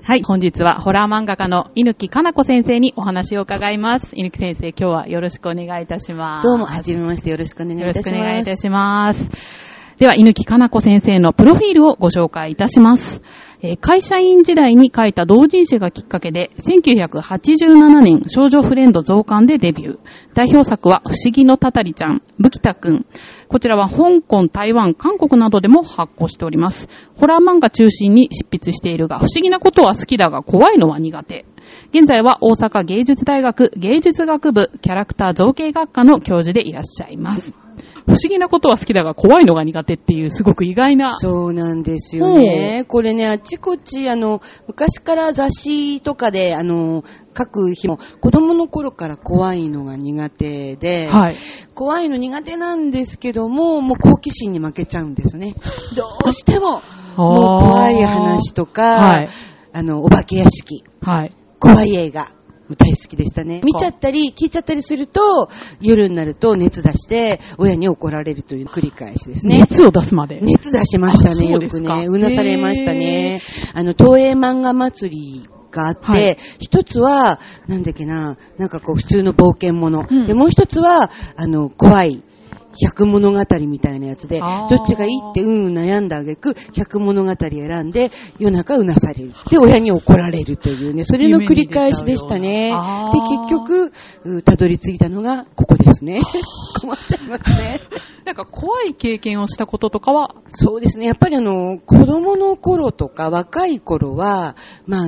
はい、本日はホラー漫画家の伊貫かな子先生にお話を伺います。伊貫先生、今日はよろしくお願いいたします。 どうも、はじめまして、よろしくお願いいたします。 よろしくお願いいたします。では、伊貫かな子先生のプロフィールをご紹介いたします。会社員時代に書いた同人誌がきっかけで、1987年少女フレンド増刊でデビュー。代表作は不思議のたたりちゃん、ブキタくん。こちらは香港、台湾、韓国などでも発行しております。ホラー漫画中心に執筆しているが、不思議なことは好きだが怖いのは苦手。現在は大阪芸術大学芸術学部キャラクター造形学科の教授でいらっしゃいます。不思議なことは好きだが怖いのが苦手っていうすごく意外な。 そうなんですよね。これね、あちこち昔から雑誌とかで書く日も子供の頃から怖いのが苦手で、はい、怖いの苦手なんですけども、もう好奇心に負けちゃうんですね。どうしてももう怖い話とか、はい、お化け屋敷、はい、怖い映画大好きでしたね。見ちゃったり聞いちゃったりすると夜になると熱出して親に怒られるという繰り返しですね。 熱を出すまで。 熱出しましたね。よくね、うなされましたね。東映漫画祭りがあって、はい、一つはなんだっけな、なんかこう普通の冒険物、でもう一つは怖い百物語みたいなやつで、どっちがいいって悩んだあげく百物語選んで夜中うなされる。で、親に怒られるというね、それの繰り返しでしたね。で、結局たどり着いたのがここですね。困っちゃいますね。 なんか怖い経験をしたこととかは？ そうですね。やっぱり子供の頃とか若い頃は、ま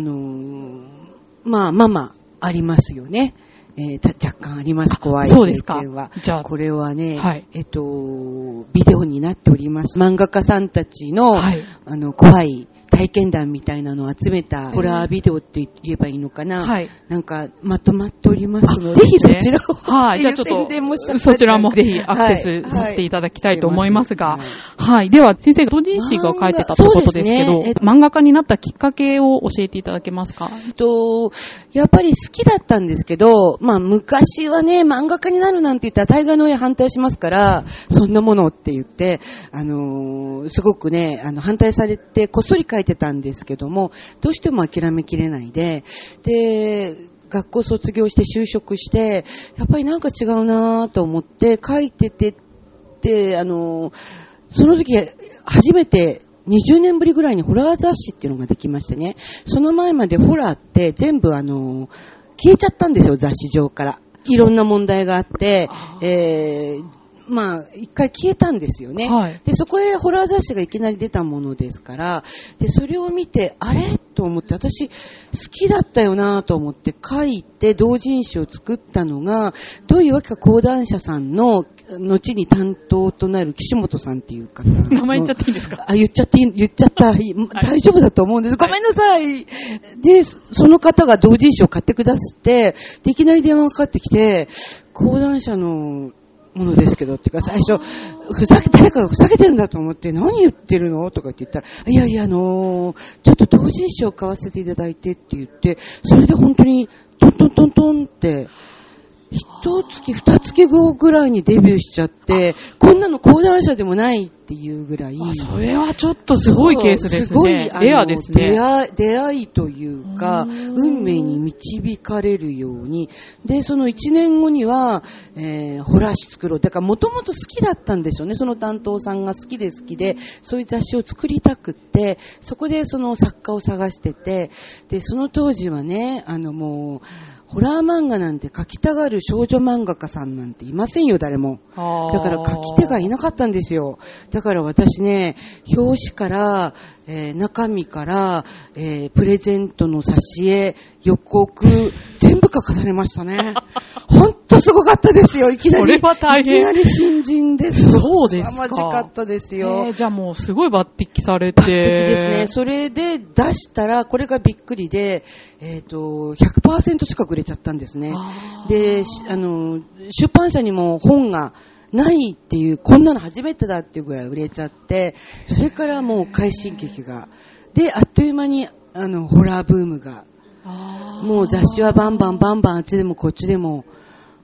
あありますよね。若干あります。怖い経験は。そうですか。じゃあこれはね、はい、ビデオになっております。漫画家さんたちの、はい、怖い体験談みたいなのを集めたホラービデオって言えばいいのかな、はい、なんかまとまっておりますので、ぜひそちらを、 はい、じゃあちょっとそちらもぜひアクセスさせていただきたいと思いますが、はい、はい、では先生が同人誌が書いてたということですけど、ね、漫画家になったきっかけを教えていただけますか？ やっぱり好きだったんですけど、昔はね、漫画家になるなんて言ったら大概の親反対しますから、そんなものって言って、すごくね、反対されてこっそり書いてたんですけども、どうしても諦めきれないで、学校卒業して就職して、やっぱりなんか違うなと思って書いてて、その時初めて20年ぶりぐらいにホラー雑誌っていうのができましてね、その前までホラーって全部消えちゃったんですよ、雑誌上から。いろんな問題があって、一回消えたんですよね、はい、でそこへホラー雑誌がいきなり出たものですから、でそれを見てあれと思って、私好きだったよなと思って書いて同人誌を作ったのが、どういうわけか講談社さんの後に担当となる岸本さんっていう方、 名前言っちゃっていいですか？ 言っちゃった、はい、大丈夫だと思うんです、ごめんなさい。でその方が同人誌を買ってくださって、でいきなり電話がかかってきて、講談社のものですけどっていうか、最初誰かがふざけてるんだと思って、何言ってるのとかって言ったら、いやちょっと同人誌を買わせていただいてって言って、それで本当にトンって一月二月後ぐらいにデビューしちゃって、こんなの講談社でもないっていうぐらい。 それはちょっとすごいケースですね。すごいレアですね。 出会いというか、運命に導かれるように。で、その1年後には、ホラー誌作ろう。だからもともと好きだったんでしょうね。その担当さんが好きで、そういう雑誌を作りたくって、そこでその作家を探してて、で、その当時はね、もう、ホラー漫画なんて書きたがる少女漫画家さんなんていませんよ、誰も。だから書き手がいなかったんですよ。だから私ね、表紙から、中身から、プレゼントの挿絵、予告、全部書かされましたね。ほんとすごかったですよ。いきなり。 それは大変。 いきなり新人です。 そうですか。 凄まじかったですよ。 じゃあもうすごい抜擢されて。 抜擢ですね。それで出したら、これがびっくりで、100% 近く売れちゃったんですね。で、出版社にも本がないっていう、こんなの初めてだっていうぐらい売れちゃって、それからもう快進撃が。で、あっという間に、ホラーブームが。もう雑誌はバンバンあっちでもこっちでも、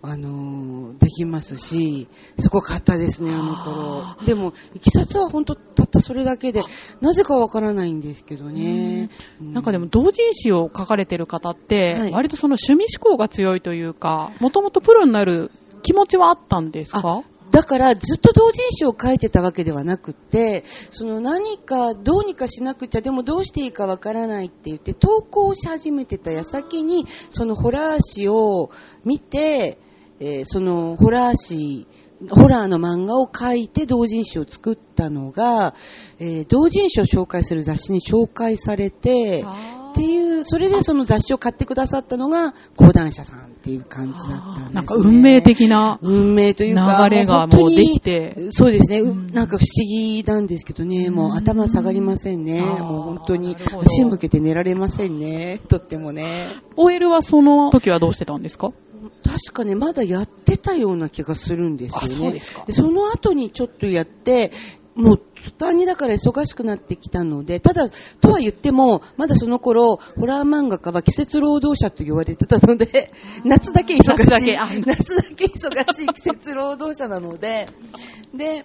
できますし、すごかったですね、あの頃。でも、いきさつは本当たったそれだけで、なぜかわからないんですけどね。 なんかでも、同人誌を書かれてる方って、はい、割とその趣味思考が強いというか、もともとプロになる気持ちはあったんですか？ だからずっと同人誌を書いてたわけではなくて、その何かどうにかしなくちゃ、でもどうしていいかわからないって言って投稿し始めてた矢先に、そのホラー誌を見て、そのホラーの漫画を書いて同人誌を作ったのが、同人誌を紹介する雑誌に紹介されてっていう、それでその雑誌を買ってくださったのが講談社さんっていう感じだったんですね。 なんか運命的な運命というか流れがもうできて、 そうですね、なんか不思議なんですけどね、もう頭下がりませんね。もう本当に足向けて寝られませんね、とってもね。 OL はその時はどうしてたんですか？ 確かね、まだやってたような気がするんですよね。 そうですか。 その後にちょっとやって、もう途端にだから忙しくなってきたので、ただとは言ってもまだその頃ホラー漫画家は季節労働者と言われてたので、夏だけ忙しい季節労働者なので、で、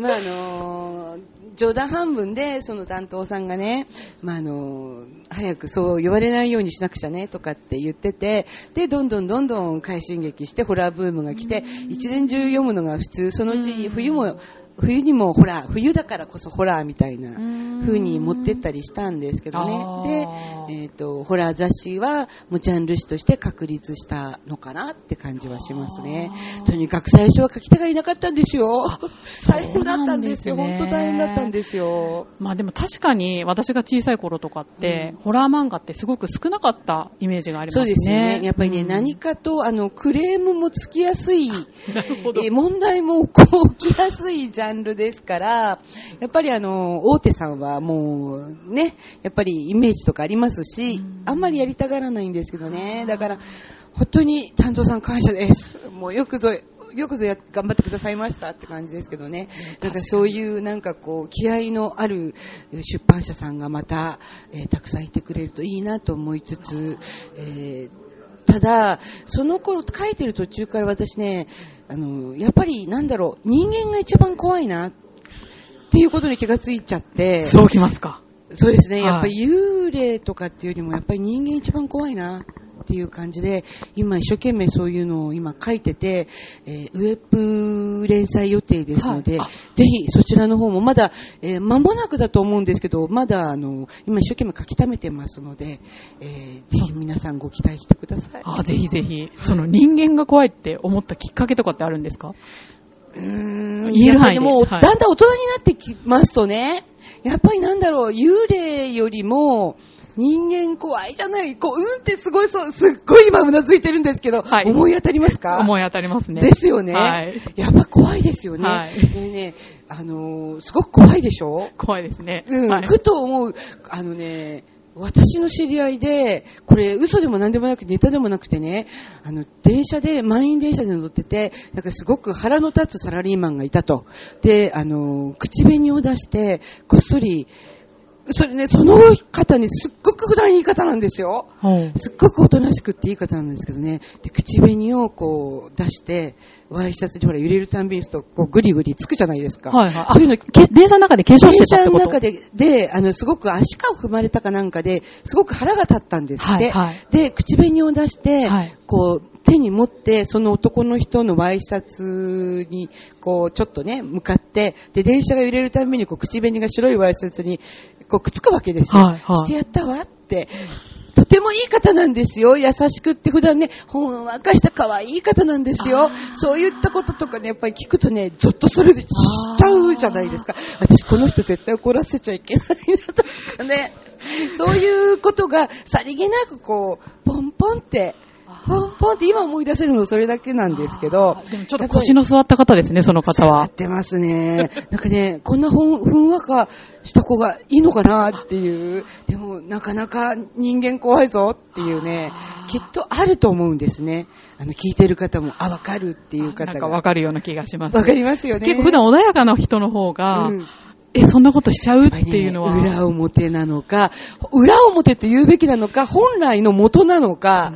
冗談半分でその担当さんがね、早くそう言われないようにしなくちゃねとかって言ってて、でどんどん快進撃してホラーブームが来て、一年中読むのが普通、そのうち冬にもホラー、冬だからこそホラーみたいな風に持ってったりしたんですけどね。で、ホラー雑誌はもうジャンル誌として確立したのかなって感じはしますね。とにかく最初は書き手がいなかったんですよ。大変だったんですよ。本当大変だったんですよ。 まあでも確かに私が小さい頃とかって、ホラー漫画ってすごく少なかったイメージがありますね。 そうですよね。やっぱりね、何かとクレームもつきやすい、問題も起きやすいジャンルですから、やっぱり大手さんはもうね、やっぱりイメージとかありますし、あんまりやりたがらないんですけどね。だから本当に担当さん感謝です。もうよくぞ頑張ってくださいましたって感じですけどね。なんかそういうなんかこう気合のある出版社さんがまた、たくさんいてくれるといいなと思いつつ、ただその頃書いてる途中から私ね、やっぱりなんだろう、人間が一番怖いなっていうことに気がついちゃって。 そうきますか。 そうですね、やっぱり幽霊とかっていうよりもやっぱり人間一番怖いなっていう感じで、今一生懸命そういうのを今書いてて、ウェブ連載予定ですので、ぜひそちらの方もまだ、間もなくだと思うんですけど、まだ今一生懸命書き溜めてますので、ぜひ皆さんご期待してください。 ぜひぜひ。その人間が怖いって思ったきっかけとかってあるんですか？ 言える範囲で。もうだんだん大人になってきますとね、やっぱりなんだろう、幽霊よりも人間怖いじゃない。ってすっごい今うなずいてるんですけど、思い当たりますか？ 思い当たりますね。 ですよね。やっぱ怖いですよね。ね、すごく怖いでしょ？ 怖いですね。 ふと思う、私の知り合いで、これ嘘でも何でもなくネタでもなくてね、満員電車で乗ってて、なんかすごく腹の立つサラリーマンがいたと。で、口紅を出して、こっそり、それね、その方ね、すっごく普段いい方なんですよ。すっごくおとなしくっていい方なんですけどね。で、口紅をこう出して、ワイシャツにほら揺れるたんびにするとこうグリグリつくじゃないですか。そういうの電車の中で検証してたってこと？ 電車の中で、すごく足かを踏まれたかなんかで、すごく腹が立ったんですって。で、口紅を出して、こう、手に持って、その男の人のワイシャツに、こう、ちょっとね、向かって、で、電車が揺れるたびに、こう、口紅が白いワイシャツに、こう、くっつくわけですよ。してやったわって。とてもいい方なんですよ。優しくって普段ね、ほんわかした可愛い方なんですよ。そういったこととかね、やっぱり聞くとね、ゾッとそれでしちゃうじゃないですか。私この人絶対怒らせちゃいけないなとかね。そういうことがさりげなくこう、ポンポンって今思い出せるのそれだけなんですけど。 でもちょっと腰の座った方ですね、その方は。 座ってますね。なんかね、こんなふんわかした子がいいのかなっていう。でもなかなか人間怖いぞっていうね、きっとあると思うんですね。聞いてる方も、わかるっていう方が。 なんかわかるような気がします。 わかりますよね。 結構普段穏やかな人の方が、そんなことしちゃうっていうのは、 裏表なのか、裏表と言うべきなのか、本来の元なのか、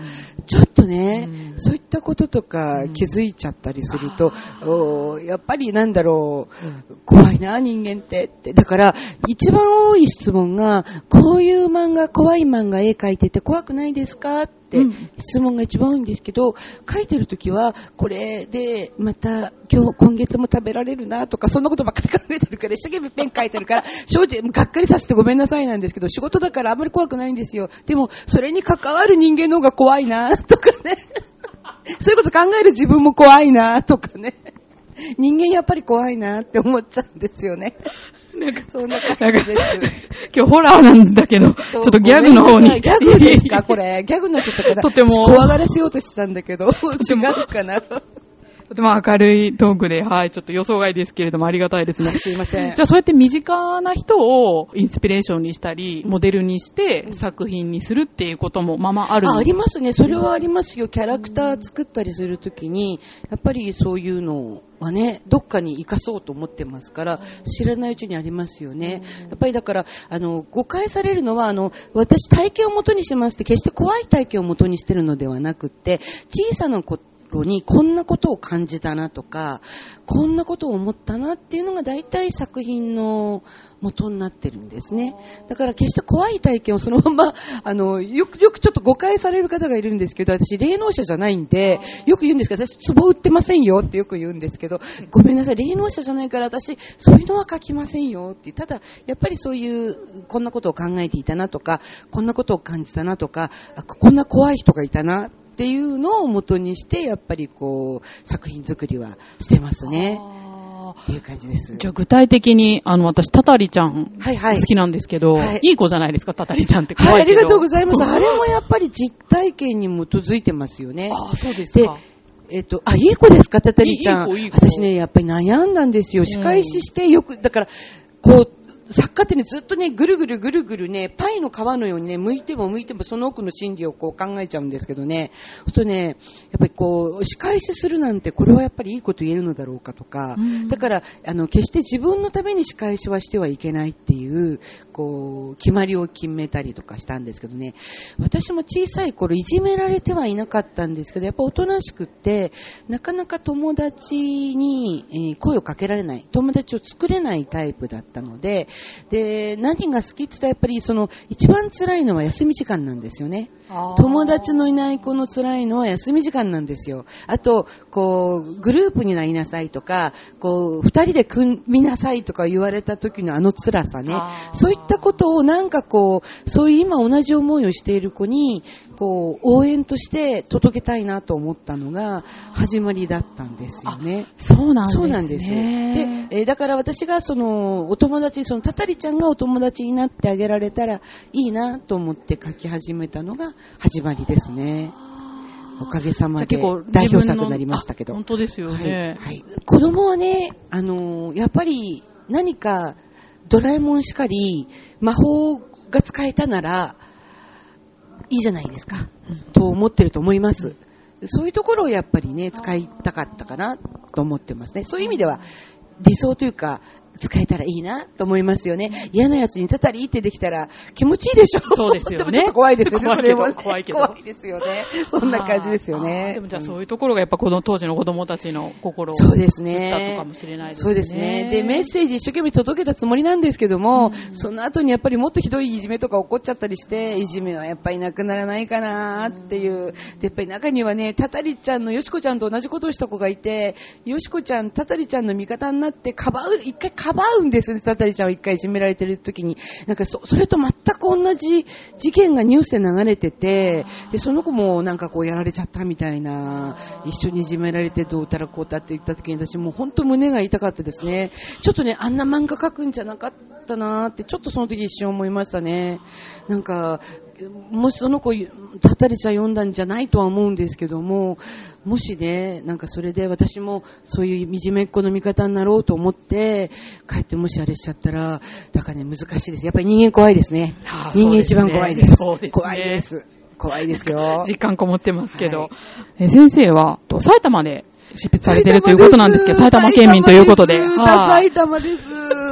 ちょっとね、そういったこととか気づいちゃったりすると、やっぱりなんだろう、怖いな、人間って。だから、一番多い質問が、こういう漫画、怖い漫画絵描いてて怖くないですかって質問が一番多いんですけど、描いてるときは、これでまた今月も食べられるなとか、そんなことばっかり考えてるから、一生懸命ペン描いてるから、正直、がっかりさせてごめんなさいなんですけど、仕事だからあんまり怖くないんですよ。でも、それに関わる人間の方が怖いなとかね。そういうこと考える自分も怖いなとかね。人間やっぱり怖いなって思っちゃうんですよね。なんかそんな感じです。 今日ホラーなんだけど、ちょっとギャグの方に。 ギャグですかこれ。ギャグになっちゃったから。 とても。 怖がらせようとしてたんだけど、違うかな。 とても明るいトークで、はい、ちょっと予想外ですけれどもありがたいですね。 すいません。 じゃあそうやって身近な人をインスピレーションにしたり、モデルにして作品にするっていうこともままあるんですか？ ありますね。それはありますよ。キャラクター作ったりするときに、やっぱりそういうのはね、どっかに生かそうと思ってますから、知らないうちにありますよね。やっぱりだから、誤解されるのは、私体験を元にしますって決して怖い体験を元にしてるのではなくって、小さなことにこんなことを感じたなとか、こんなことを思ったなっていうのが大体作品の元になってるんですね。だから決して怖い体験をそのまま、よくちょっと誤解される方がいるんですけど、私霊能者じゃないんで、よく言うんですけど、私壺売ってませんよってよく言うんですけど、ごめんなさい、霊能者じゃないから私、そういうのは書きませんよって。ただ、やっぱりそういう、こんなことを考えていたなとか、こんなことを感じたなとか、こんな怖い人がいたな、っていうのを元にしてやっぱりこう作品作りはしてますねっていう感じです。 じゃあ具体的に私タタリちゃん好きなんですけど、いい子じゃないですかタタリちゃんって怖いけど、 はい、ありがとうございます。あれもやっぱり実体験に基づいてますよね。 あ、そうですか。 いい子ですかタタリちゃん。 いい子私ねやっぱり悩んだんですよ。仕返ししてよくだからこう作家ってね、ずっとね、ぐるぐるね、パイの皮のようにね、剥いてもその奥の心理をこう考えちゃうんですけどね、ほんとね、やっぱりこう、仕返しするなんて、これはやっぱりいいこと言えるのだろうかとか、だから、決して自分のために仕返しはしてはいけないっていう、こう、決まりを決めたりとかしたんですけどね、私も小さい頃、いじめられてはいなかったんですけど、やっぱおとなしくって、なかなか友達に、声をかけられない、友達を作れないタイプだったので、何が好きって言ったらやっぱり一番辛いのは休み時間なんですよね。友達のいない子の辛いのは休み時間なんですよ。あと、こう、グループになりなさいとか、こう、二人で組みなさいとか言われた時の辛さね。そういったことをなんかこう、そういう今同じ思いをしている子に、こう、応援として届けたいなと思ったのが始まりだったんですよね。 そうなんですね。 そうなんです。で、だから私がお友達、タタリちゃんがお友達になってあげられたらいいなと思って書き始めたのが始まりですね。おかげさまで代表作になりましたけど。 本当ですよね。 はい。子供はね、やっぱり何かドラえもんしかり魔法が使えたならいいじゃないですか、と思ってると思います。そういうところをやっぱりね使いたかったかなと思ってますね。そういう意味では理想というか使えたらいいなと思いますよね。嫌なやつにたたりってできたら気持ちいいでしょ。 そうですよね。 でもちょっと怖いですよね。 怖いけど、ね、怖いですよね。そんな感じですよね。 でもじゃあそういうところがやっぱこの当時の子供たちの心をそうですね。打ったのかもしれないですね。 そうですね。でメッセージ一生懸命届けたつもりなんですけども、その後にやっぱりもっとひどいいじめとか起こっちゃったりして、いじめはやっぱりなくならないかなっていう。でやっぱり中にはね、たたりちゃんのよしこちゃんと同じことをした子がいて、よしこちゃんたたりちゃんの味方になって一回かばうんですよね。たたりちゃんを一回いじめられてる時になんかそれと全く同じ事件がニュースで流れてて、でその子もなんかこうやられちゃったみたいな、一緒にいじめられてどうたらこうたって言った時に私もう本当胸が痛かったですね。ちょっとねあんな漫画描くんじゃなかったなーってちょっとその時一瞬思いましたね。なんかもしその子たたりちゃん読んだんじゃないとは思うんですけども、もしねなんかそれで私もそういういじめっ子の味方になろうと思って帰ってもしあれしちゃったらだからね難しいです。やっぱり人間怖いですね。人間一番怖いです。 そうですね。 怖いです。怖いですよ。 実感こもってますけど、はい、先生は埼玉で執筆されているということなんですけど、埼玉県民ということで。 埼玉です。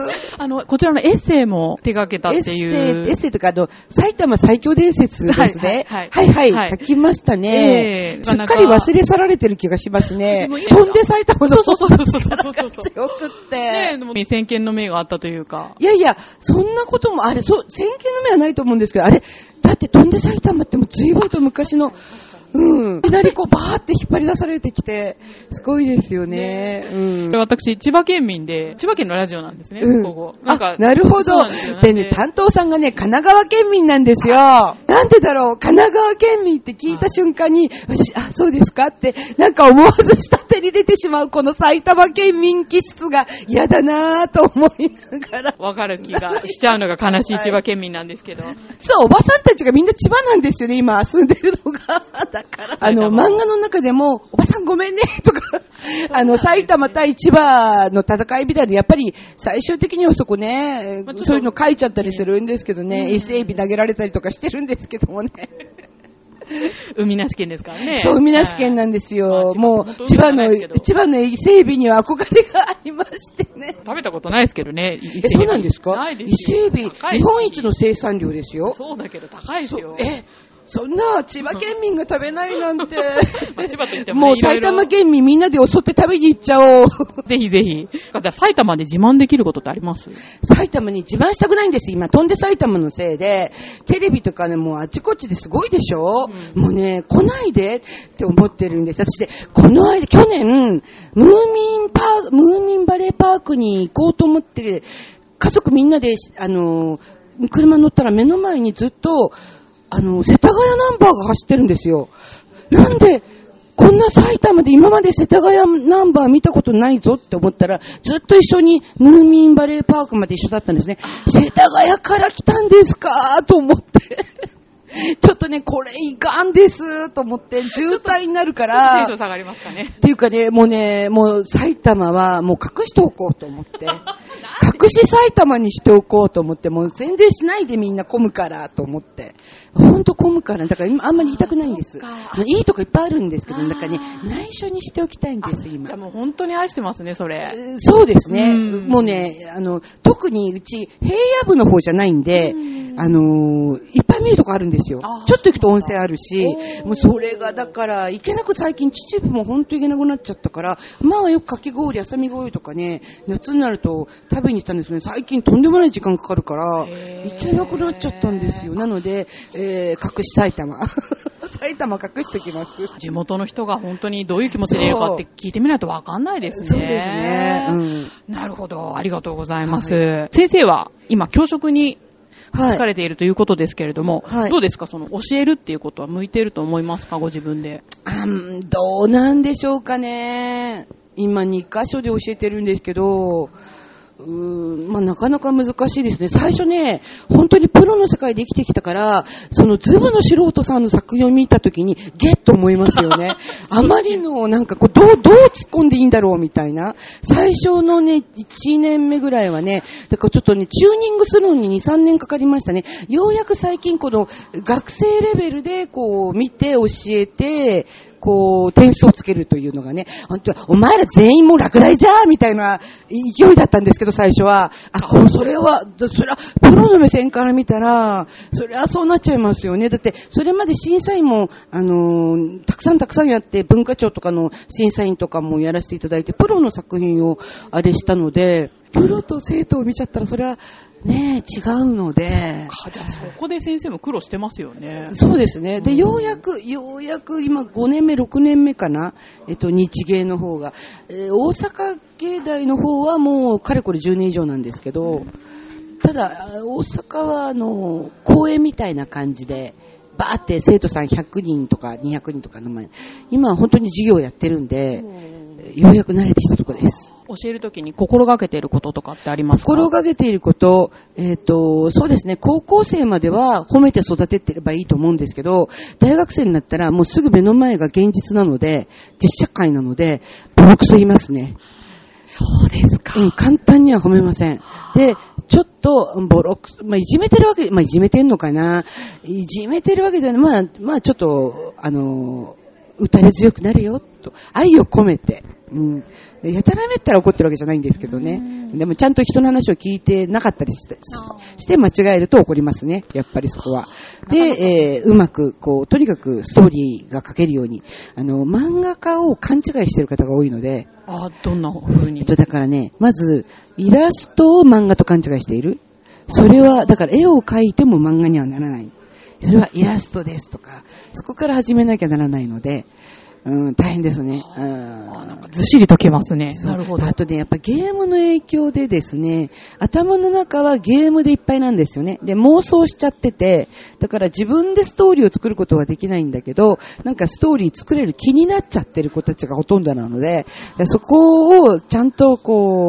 こちらのエッセイも手掛けたっていう。 エッセイとか、埼玉最強伝説ですね。はい。書きましたね。しっかり忘れ去られてる気がしますね。飛んで埼玉のそう。 強くって。 ね、でも先見の明があったというか。 いや、そんなことも、先見の明はないと思うんですけど、だって飛んで埼玉ってもう随分と昔の、いきなりバーって引っ張り出されてきて、すごいですよね。 私、千葉県民で、千葉県のラジオなんですね、ここ。 なるほど。でね、担当さんがね、神奈川県民なんですよ。なんでだろう、神奈川県民って聞いた瞬間に、私、そうですかって、なんか思わず下手に出てしまう、この埼玉県民気質が嫌だなぁと思いながら。 わかる気がしちゃうのが悲しい千葉県民なんですけど。 そう、おばさんたちがみんな千葉なんですよね、今、住んでるのが。漫画の中でも、おばさんごめんね、とか、埼玉対千葉の戦いみたいで、やっぱり最終的にはそこね、そういうの書いちゃったりするんですけどね、伊勢エビ投げられたりとかしてるんですけどもね。 海なし県ですからね。 そう、海なし県なんですよ。もう、千葉の伊勢エビには憧れがありましてね。 食べたことないですけどね、伊勢エビ。 そうなんですか？ ないですよ。 伊勢エビ、日本一の生産量ですよ。 そうだけど高いですよ。 そんな千葉県民が食べないなんて。 千葉と言ってもね、 もう埼玉県民みんなで襲って食べに行っちゃおう。 ぜひぜひ。じゃあ埼玉で自慢できることってあります？ 埼玉に自慢したくないんです。今、飛んで埼玉のせいで、テレビとかね、もうあっちこっちですごいでしょ、もうね、来ないでって思ってるんです。私で、この間、去年、ムーミンバレーパークに行こうと思って、家族みんなで、車乗ったら目の前にずっと、世田谷ナンバーが走ってるんですよ。なんで、こんな埼玉で今まで世田谷ナンバー見たことないぞって思ったら、ずっと一緒にムーミンバレーパークまで一緒だったんですね。世田谷から来たんですかと思って。ちょっとね、これいかんですと思って、渋滞になるから。 テンション下がりますかね。 っていうかね、もう埼玉はもう隠しておこうと思って。隠し埼玉にしておこうと思って、もう全然しないでみんな混むからと思って。ほんと混むから、だから今あんまり言いたくないんです。いいとこいっぱいあるんですけど、なんかね、内緒にしておきたいんです、今。 じゃあもう本当に愛してますね、それ。 そうですね。もうね、特にうち平野部の方じゃないんで、いっぱい見るとこあるんですよ。ちょっと行くと温泉あるし、もうそれがだから行けなく最近秩父も本当行けなくなっちゃったから、まあよくかき氷、浅見氷とかね、夏になると食べに行ったんですけど、最近とんでもない時間かかるから、行けなくなっちゃったんですよ。なので、隠し埼玉。埼玉隠してきます。 地元の人が本当にどういう気持ちでいるかって聞いてみないとわかんないですね。 そうですね。 なるほど。ありがとうございます。先生は今教職に疲れているということですけれども、どうですか、教えるっていうことは向いていると思いますか、ご自分で。 どうなんでしょうかね。今2カ所で教えてるんですけど、なかなか難しいですね。最初ね、本当にプロの世界で生きてきたから、そのズブの素人さんの作品を見たときに、ゲッと思いますよね。あまりの、なんかどう突っ込んでいいんだろうみたいな。最初のね、1年目ぐらいはね、だからちょっとね、チューニングするのに2、3年かかりましたね。ようやく最近この学生レベルで見て教えて、点数をつけるというのがね、本当お前ら全員もう落第じゃーみたいな勢いだったんですけど、最初は。それは、プロの目線から見たら、それはそうなっちゃいますよね。だって、それまで審査員も、たくさんやって、文化庁とかの審査員とかもやらせていただいて、プロの作品をあれしたので、プロと生徒を見ちゃったら、それは、ねえ、違うので。 じゃあそこで先生も苦労してますよね。 そうですね。で、ようやく今5年目、6年目かな。日芸の方が。大阪芸大の方はもうかれこれ10年以上なんですけど、ただ、大阪は公演みたいな感じで、バーって生徒さん100人とか200人とかの前、今は本当に授業をやってるんで、ようやく慣れてきたところです。 教えるときに心がけていることとかってありますか？ 心がけていること、そうですね、高校生までは褒めて育ててればいいと思うんですけど、大学生になったらもうすぐ目の前が現実なので、実社会なので、ボロクソ言いますね。 そうですか。 簡単には褒めません。で、ちょっと、いじめてるわけ、いじめてんのかな。いじめてるわけでは、ちょっと、打たれ強くなるよっと愛を込めて、やたらめったら怒ってるわけじゃないんですけどね。でもちゃんと人の話を聞いてなかったりして間違えると怒りますね。やっぱりそこは。で、うまくとにかくストーリーが書けるように、漫画家を勘違いしてる方が多いので。 どんな風に？ だからね、まずイラストを漫画と勘違いしている。それはだから絵を描いても漫画にはならない。それはイラストですとか、そこから始めなきゃならないので。大変ですね。 なんかずっしりときますね。なるほど。 あとね、やっぱゲームの影響でですね、頭の中はゲームでいっぱいなんですよね。で、妄想しちゃってて、だから自分でストーリーを作ることはできないんだけど、なんかストーリー作れる気になっちゃってる子たちがほとんどなので、そこをちゃんと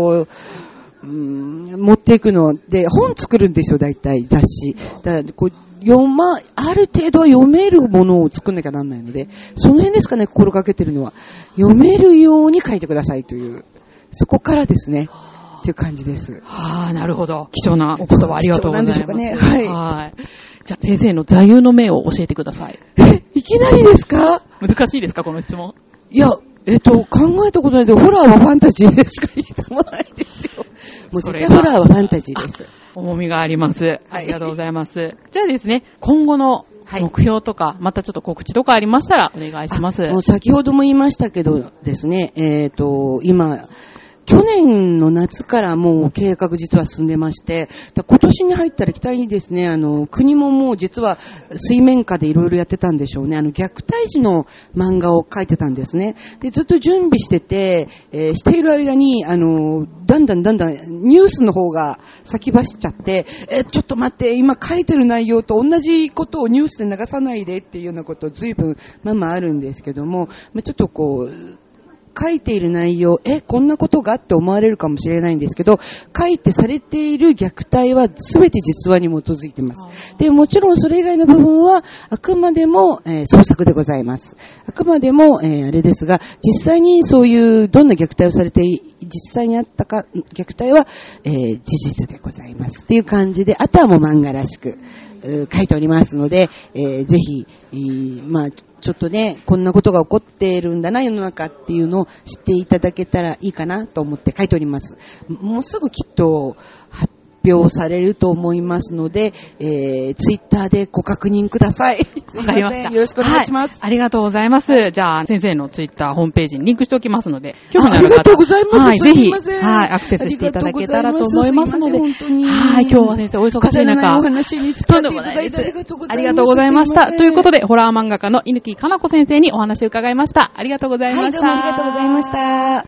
持っていくので、本作るんですよ、大体雑誌。だからある程度は読めるものを作んなきゃなんないので、その辺ですかね、心がけてるのは。読めるように書いてくださいという、そこからですね、っていう感じです。 なるほど。貴重なお言葉ありがとうございます。 貴重なんでしょうかね。はい。 じゃあ先生の座右の銘を教えてください。 いきなりですか？ 難しいですか、この質問。 いや、考えたことないで、ホラーはファンタジーでしか言いたもないですよ。もう絶対ホラーはファンタジーです。 重みがあります。ありがとうございます。じゃあですね、今後の目標とか、またちょっと告知とかありましたらお願いします。 先ほども言いましたけどですね、今、去年の夏からもう計画実は進んでまして、今年に入ったら期待にですね、国ももう実は水面下でいろいろやってたんでしょうね。虐待児の漫画を描いてたんですね。で、ずっと準備してて、している間に、だんだんニュースの方が先走っちゃって、ちょっと待って、今書いてる内容と同じことをニュースで流さないでっていうようなこと随分あるんですけども、ちょっと書いている内容、こんなことがって思われるかもしれないんですけど、書いてされている虐待は全て実話に基づいています。で、もちろんそれ以外の部分はあくまでも、創作でございます。あくまでも、あれですが、実際にそういうどんな虐待をされて実際にあったか虐待は、事実でございますっていう感じで、あとはもう漫画らしく書いておりますので、ぜひ、ちょっとね、こんなことが起こっているんだな、世の中っていうのを知っていただけたらいいかなと思って書いております。もうすぐきっと発表されると思いますので、ツイッターでご確認ください。 わかりました。 よろしくお願いします。 ありがとうございます。じゃあ、先生のツイッターホームページにリンクしておきますので、 ありがとうございます。 ぜひ、アクセスしていただけたらと思いますので、今日は先生お忙しい中、 お話に使っていただいてありがとうございました。ということで、ホラー漫画家の猪木かな子先生にお話を伺いました。ありがとうございました。 どうもありがとうございました。